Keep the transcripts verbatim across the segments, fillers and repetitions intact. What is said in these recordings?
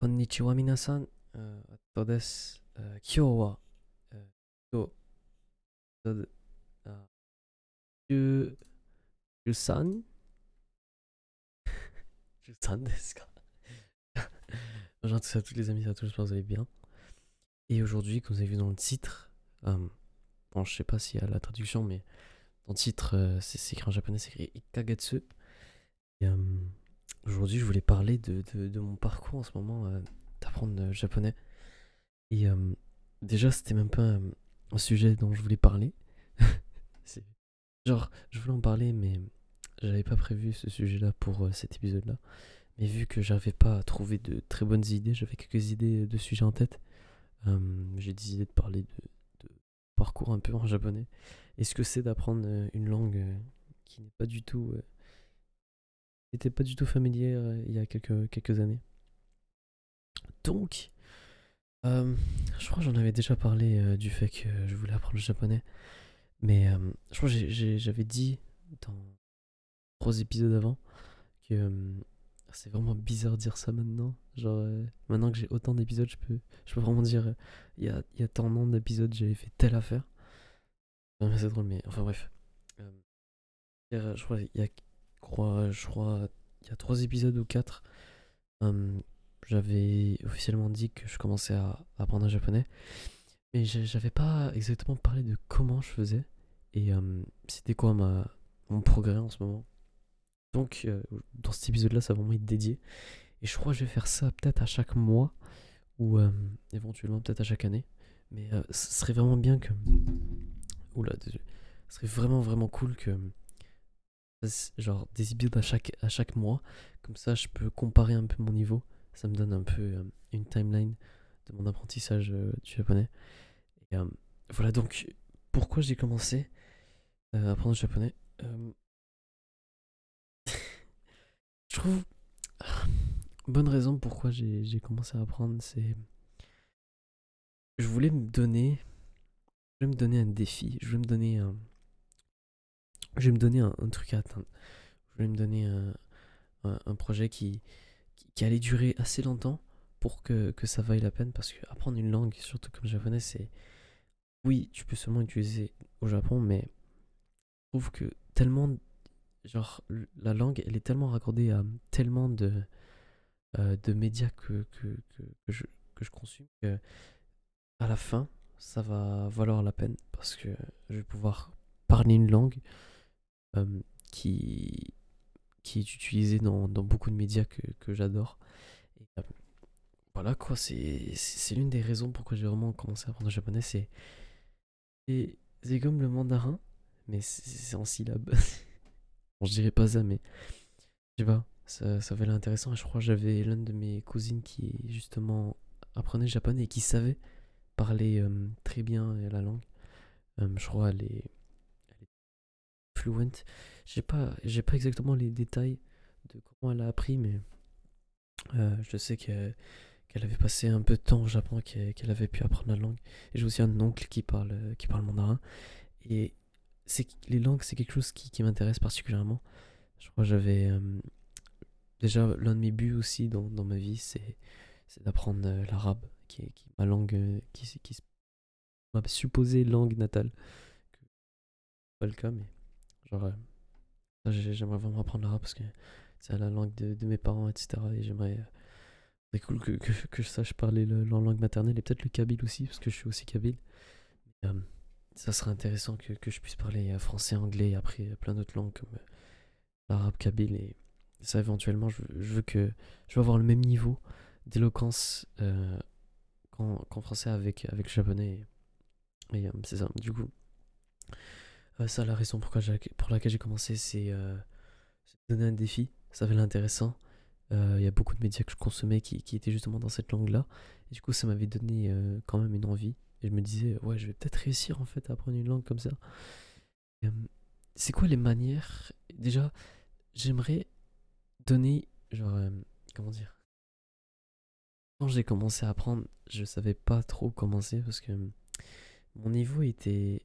こんにちは皆さん、えー、あとです。えー今日は、えーと、とあじゅう、13? じゅうさんですか？Bonjour à tous et à toutes les amis, à tous, j'espère que vous allez bien. Et aujourd'hui, comme vous avez vu dans le titre, euh, bon, je sais pas s'il y a la traduction, mais dans le titre, euh, c'est c'est écrit en japonais, c'est écrit Ikagetsu. Et euh, aujourd'hui, je voulais parler de, de, de mon parcours en ce moment euh, d'apprendre le japonais. Et euh, déjà, c'était même pas un, un sujet dont je voulais parler. C'est Genre, je voulais en parler, mais j'avais pas prévu ce sujet-là pour euh, cet épisode-là. Mais vu que j'arrivais pas à trouver de très bonnes idées, j'avais quelques idées de sujets en tête. Euh, j'ai décidé de parler de, de parcours un peu en japonais. Est-ce que c'est d'apprendre euh, une langue euh, qui n'est pas du tout, euh, n'était pas du tout familière euh, il y a quelques, quelques années. Donc, euh, je crois que j'en avais déjà parlé euh, du fait que je voulais apprendre le japonais. Mais euh, je crois que j'ai- j'ai- j'avais dit dans trois épisodes avant que euh, c'est vraiment bizarre de dire ça maintenant. Genre, euh, maintenant que j'ai autant d'épisodes, je peux, je peux vraiment dire euh, il y, a, il y a tant de d'épisodes, j'avais fait telle affaire. Non, mais c'est drôle, mais enfin bref. Euh, hier, je crois, il y a, crois, je crois, il y a trois épisodes ou quatre, euh, j'avais officiellement dit que je commençais à apprendre le japonais. Mais j'ai- j'avais pas exactement parlé de comment je faisais et euh, c'était quoi ma, mon progrès en ce moment. Donc, euh, dans cet épisode-là, ça va vraiment être dédié. Et je crois que je vais faire ça peut-être à chaque mois ou euh, éventuellement peut-être à chaque année. Mais euh, ce serait vraiment bien que. Oula, désolé. Ce serait vraiment vraiment cool que. Genre des épisodes à chaque, à chaque mois. Comme ça, je peux comparer un peu mon niveau. Ça me donne un peu euh, une timeline de mon apprentissage euh, du japonais. Et euh, voilà donc pourquoi j'ai commencé euh, à apprendre le japonais. Euh, je trouve. Bonne raison pourquoi j'ai j'ai commencé à apprendre, c'est. Je voulais me donner. Je voulais me donner un défi. Je voulais me donner un. Je vais me donner un, un truc à atteindre. Je vais me donner un, un- un projet qui, qui, qui allait durer assez longtemps pour que, que ça vaille la peine. Parce que apprendre une langue, surtout comme le japonais, c'est. Oui, tu peux seulement utiliser au Japon, mais je trouve que tellement. Genre, la langue, elle est tellement raccordée à tellement de, euh, de médias que, que, que, que je, que je consomme que à la fin, ça va valoir la peine parce que je vais pouvoir parler une langue euh, qui, qui est utilisée dans, dans beaucoup de médias que, que j'adore. Et euh, voilà quoi, c'est c'est l'une des raisons pourquoi j'ai vraiment commencé à apprendre le japonais. C'est c'est c'est comme le mandarin, mais c'est c'est en syllabes. Bon, je dirais pas ça, mais je sais pas, ça, ça avait l'air intéressant. Et je crois que j'avais l'une de mes cousines qui justement apprenait le japonais et qui savait parler euh, très bien la langue. Euh, je crois elle est, elle est fluent. J'ai pas, j'ai pas exactement les détails de comment elle a appris, mais euh, je sais que qu'elle avait passé un peu de temps au Japon, qu'elle qu'elle avait pu apprendre la langue. Et j'ai aussi un oncle qui parle, euh, qui parle mandarin. Et c'est, les langues, c'est quelque chose qui, qui m'intéresse particulièrement. Je crois que j'avais. Euh, déjà, l'un de mes buts aussi dans, dans ma vie, c'est, c'est d'apprendre euh, l'arabe, qui est, qui est ma langue, euh, qui, qui, ma supposée langue natale. Que c'est pas le cas, mais genre, euh, ça, j'ai- j'aimerais vraiment apprendre l'arabe parce que c'est la langue de, de mes parents, et cetera. Et j'aimerais. euh, C'est cool que, que, que je sache parler le- leur langue maternelle et peut-être le kabyle aussi, parce que je suis aussi kabyle. Euh, ça serait intéressant que, que je puisse parler euh, français, anglais et après euh, plein d'autres langues comme euh, l'arabe, kabyle et ça éventuellement je, veux- je veux que je veux avoir le même niveau d'éloquence euh, qu'en qu'en français avec, avec le japonais et, et, euh, c'est ça. Du coup, euh, ça la raison pourquoi j'ai- pour laquelle j'ai commencé c'est euh, c'est de donner un défi. Ça avait l'intéressant. Euh, Il y a beaucoup de médias que je consommais qui, qui étaient justement dans cette langue-là. Et du coup, ça m'avait donné euh, quand même une envie. Et je me disais, ouais, je vais peut-être réussir en fait à apprendre une langue comme ça. Et, euh, c'est quoi les manières? Déjà, j'aimerais donner, genre, euh, comment dire? Quand j'ai commencé à apprendre, je savais pas trop commencer parce que euh, mon niveau était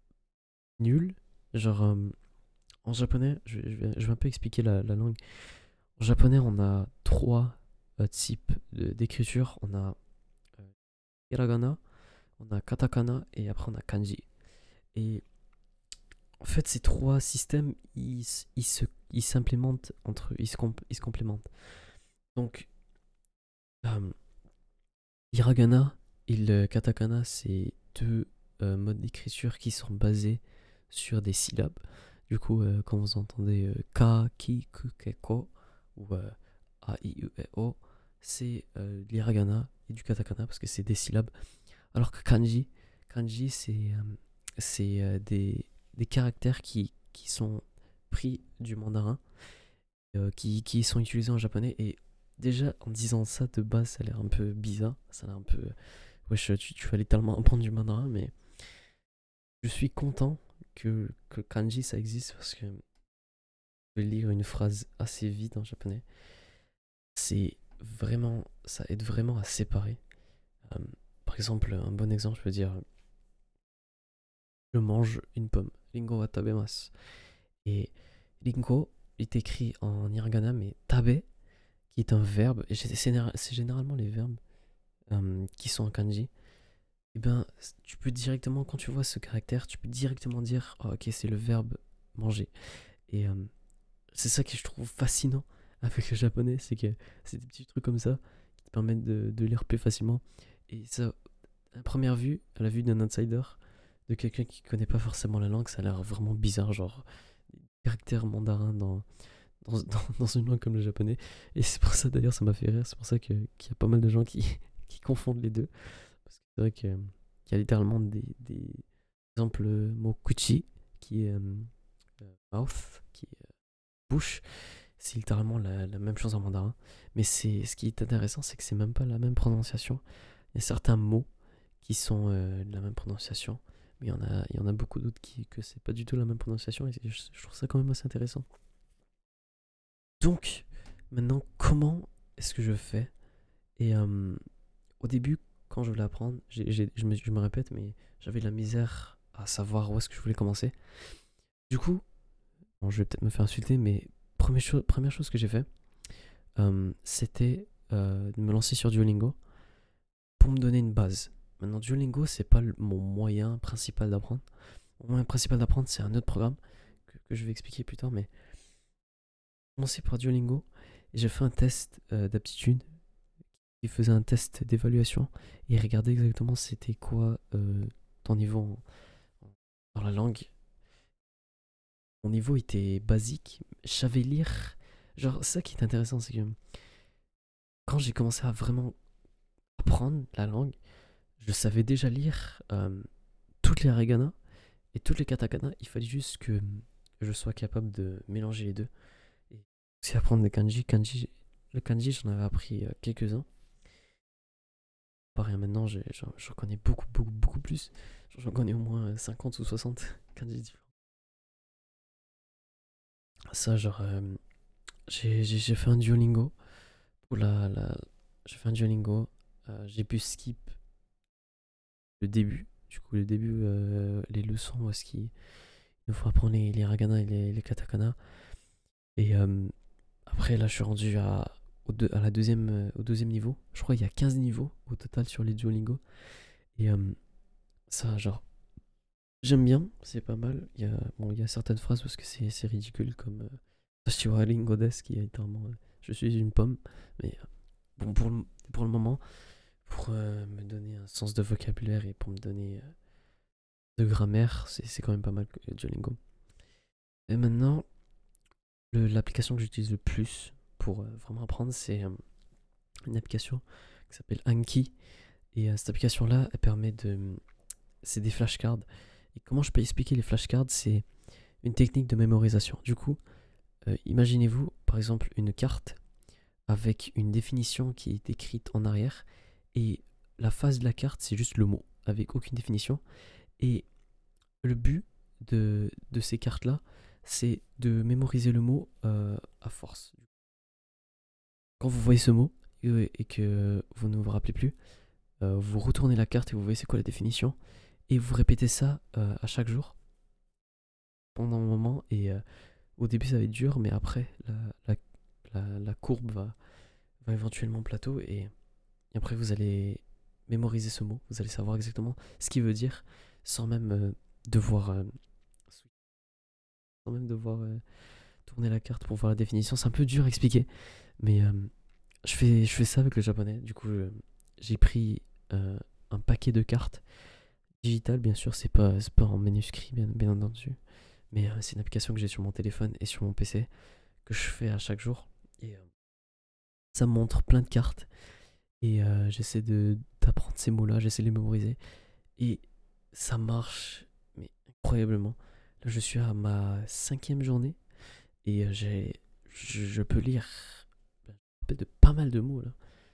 nul. Genre, euh, en japonais, je, vais- je vais, je vais un peu expliquer la, la langue. En japonais, on a trois. euh, types de- d'écriture. On a euh, hiragana, on a katakana et après on a kanji. Et en fait, ces trois systèmes, ils, s- ils se, ils s'implémentent entre eux, ils se, comp- ils se complémentent. Donc, euh, hiragana et le katakana, c'est deux euh, modes d'écriture qui sont basés sur des syllabes. Du coup, euh, quand vous entendez euh, ka, ki, ku, ke, ko ou euh, a, i, u, e, o, c'est euh, de l'hiragana et du katakana parce que c'est des syllabes. Alors que kanji, kanji c'est euh, c'est euh, des, des caractères qui, qui sont pris du mandarin, euh, qui, qui sont utilisés en japonais. Et déjà, en disant ça de base, ça a l'air un peu bizarre. Ça a l'air un peu. Wesh, tu, tu vas littéralement apprendre du mandarin, mais je suis content que, que kanji ça existe parce que je vais lire une phrase assez vite en japonais. C'est vraiment. Ça aide vraiment à séparer. Euh, par exemple, un bon exemple, je peux dire je mange une pomme. Ringo wa tabemasu. Et Ringo est écrit en hiragana, mais tabe, qui est un verbe, et c'est c'est généralement les verbes euh, qui sont en kanji. Et ben, tu peux directement, quand tu vois ce caractère, tu peux directement dire, oh, ok, c'est le verbe manger. Et euh, c'est ça que je trouve fascinant avec le japonais, c'est que c'est des petits trucs comme ça qui te permettent de, de lire plus facilement. Et ça, à première vue, à la vue d'un outsider, de quelqu'un qui connaît pas forcément la langue, ça a l'air vraiment bizarre, genre des caractères mandarins dans, dans, dans, dans une langue comme le japonais. Et c'est pour ça d'ailleurs, ça m'a fait rire, c'est pour ça que- qu'il y a pas mal de gens qui, qui confondent les deux. Parce que c'est vrai que, qu'il y a littéralement des, des par exemple le mot kuchi, qui est euh, euh, mouth, qui est euh, bouche, c'est littéralement la, la même chose en mandarin. Mais c'est, ce qui est intéressant, c'est que c'est même pas la même prononciation. Il y a certains mots qui sont euh, de la même prononciation. Mais il y en a, il y en a beaucoup d'autres qui que c'est pas du tout la même prononciation et je, je trouve ça quand même assez intéressant. Donc, maintenant, comment est-ce que je fais? Et euh, au début, quand je voulais apprendre, j'ai- j'ai- je, me, je me répète, mais j'avais de la misère à savoir où est-ce que je voulais commencer. Du coup, bon, je vais peut-être me faire insulter, mais première, cho- première chose que j'ai fait, euh, c'était euh, de me lancer sur Duolingo pour me donner une base. Maintenant, Duolingo, c'est pas le- mon moyen principal d'apprendre. Mon moyen principal d'apprendre, c'est un autre programme que, que je vais expliquer plus tard, mais j'ai commencé par Duolingo et j'ai fait un test euh, d'aptitude. Il faisait un test d'évaluation et il regardait exactement c'était quoi euh, ton niveau en- en- dans la langue. Mon niveau était basique. Je savais lire. Genre, ça qui est intéressant, c'est que quand j'ai commencé à vraiment apprendre la langue, je savais déjà lire euh, toutes les hiragana et toutes les katakana. Il fallait juste que je sois capable de mélanger les deux. Et aussi apprendre les kanji. kanji le kanji, j'en avais appris euh, quelques-uns. Pareil, maintenant, j'ai- j'en j'en connais beaucoup, beaucoup, beaucoup plus. Genre, j'en connais au moins cinquante ou soixante kanji différents. Ça, genre, euh, j'ai j'ai- j'ai fait un Duolingo. Pour la, la... J'ai fait un Duolingo. Euh, j'ai pu skip le début. Du coup, le début, euh, les leçons, où est-ce qu'il nous faut apprendre les, les hiragana et les, les katakana. Et euh, après, là, je suis rendu à, au, deux- à la deuxième, euh, au deuxième niveau. Je crois qu'il y a quinze niveaux au total sur les Duolingo. Et euh, ça, genre, j'aime bien, c'est pas mal. Il y a, bon, il y a certaines phrases parce que c'est c'est ridicule, comme euh, Toshiwa Ringo desu, qui est littéralement euh, je suis une pomme. Mais euh, bon, pour le, pour le moment, pour euh, me donner un sens de vocabulaire et pour me donner euh, de grammaire, c'est c'est quand même pas mal que Duolingo. Et maintenant, le- l'application que j'utilise le plus pour euh, vraiment apprendre, c'est euh, une application qui s'appelle Anki. Et euh, cette application-là, elle permet de. C'est des flashcards. Et comment je peux expliquer les flashcards? C'est une technique de mémorisation. Du coup, euh, imaginez-vous par exemple une carte avec une définition qui est écrite en arrière et la face de la carte c'est juste le mot avec aucune définition. Et le but de, de ces cartes-là, c'est de mémoriser le mot euh, à force. Quand vous voyez ce mot et, et que vous ne vous rappelez plus, euh, vous retournez la carte et vous voyez c'est quoi la définition et vous répétez ça euh, à chaque jour pendant un moment. Et euh, au début ça va être dur, mais après la, la, la, la courbe va, va éventuellement plateau et, et après vous allez mémoriser ce mot, vous allez savoir exactement ce qu'il veut dire sans même euh, devoir euh, sans même devoir euh, tourner la carte pour voir la définition. C'est un peu dur à expliquer, mais euh, je, fais, je fais ça avec le japonais. Du coup, je- j'ai pris euh, un paquet de cartes digitales, bien sûr, c'est pas, c'est pas en manuscrit, bien, bien entendu, mais euh, c'est une application que j'ai sur mon téléphone et sur mon P C que je fais à chaque jour. Et euh, ça me montre plein de cartes et euh, j'essaie de d'apprendre ces mots-là, j'essaie de les mémoriser et ça marche, mais incroyablement. Là, je suis à ma cinquième journée et euh, j'ai, je, je peux lire de pas mal de mots là.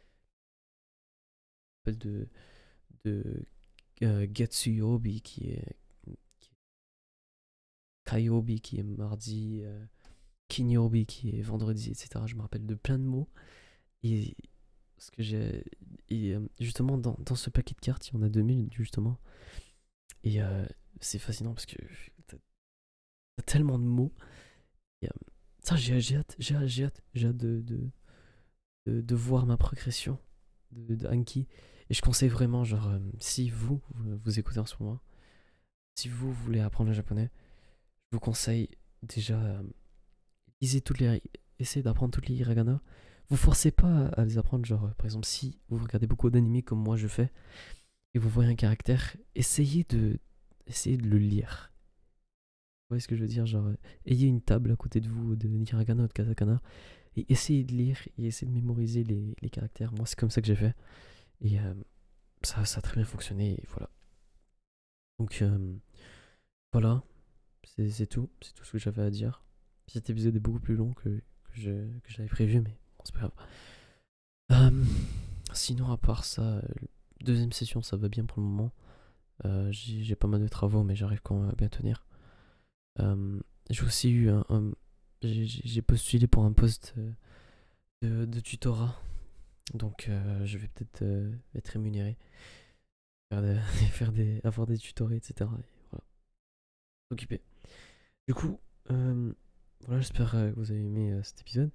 De, de euh, Getsuyobi qui est, qui est Kaiobi qui est mardi, euh, Kinyobi qui est vendredi, et cetera. Je me rappelle de plein de mots. Et ce que j'ai. Et euh, justement, dans, dans ce paquet de cartes, il y en a deux mille justement. Et euh, c'est fascinant parce que t'as t'as tellement de mots. Et, euh, ça, j'ai j'ai hâte, j'ai hâte, j'ai hâte, j'ai hâte de, de, de, de voir ma progression de, de Anki. Et je conseille vraiment, genre, euh, si vous, vous, vous écoutez en ce moment, si vous voulez apprendre le japonais, je vous conseille déjà, euh, lisez toutes les, essayez d'apprendre toutes les hiragana. Vous forcez pas à les apprendre, genre, euh, par exemple, si vous regardez beaucoup d'anime comme moi je fais, et vous voyez un caractère, essayez de, essayez de le lire. Vous voyez ce que je veux dire? Genre, euh, ayez une table à côté de vous de hiragana ou de katakana, et essayez de lire et essayez de mémoriser les, les caractères. Moi, c'est comme ça que j'ai fait. Et euh, ça, ça a très bien fonctionné, et voilà. Donc, euh, voilà, c'est c'est tout. C'est tout ce que j'avais à dire. Cet épisode est beaucoup plus long que, que je, que j'avais prévu, mais bon, c'est pas grave. Euh, sinon, à part ça, euh, deuxième session, ça va bien pour le moment. Euh, j'ai j'ai pas mal de travaux, mais j'arrive quand même à bien tenir. Euh, j'ai aussi eu un. un- j'ai j'ai postulé pour un poste euh, de, de tutorat. Donc, euh, je vais peut-être euh, être rémunéré. Faire des, faire des, avoir des tutorés, et cetera. Et voilà, s'occuper. Du coup, euh, voilà, j'espère euh, que vous avez aimé euh, cet épisode.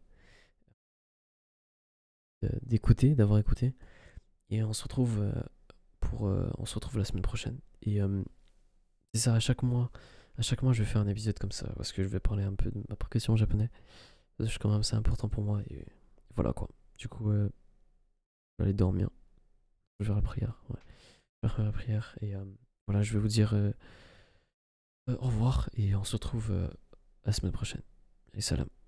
euh, d'écouter, d'avoir écouté. Et on se retrouve euh, pour, euh, on se retrouve la semaine prochaine. Et euh, c'est ça, à chaque mois, à chaque mois, je vais faire un épisode comme ça parce que je vais parler un peu de ma progression en japonais. Parce que quand même, c'est important pour moi. Et voilà quoi. Du coup, euh, je vais aller dormir. Je vais faire la prière. Ouais. Je vais faire la prière. Et euh, voilà, je vais vous dire euh, euh, au revoir et on se retrouve euh, la semaine prochaine. Et salam.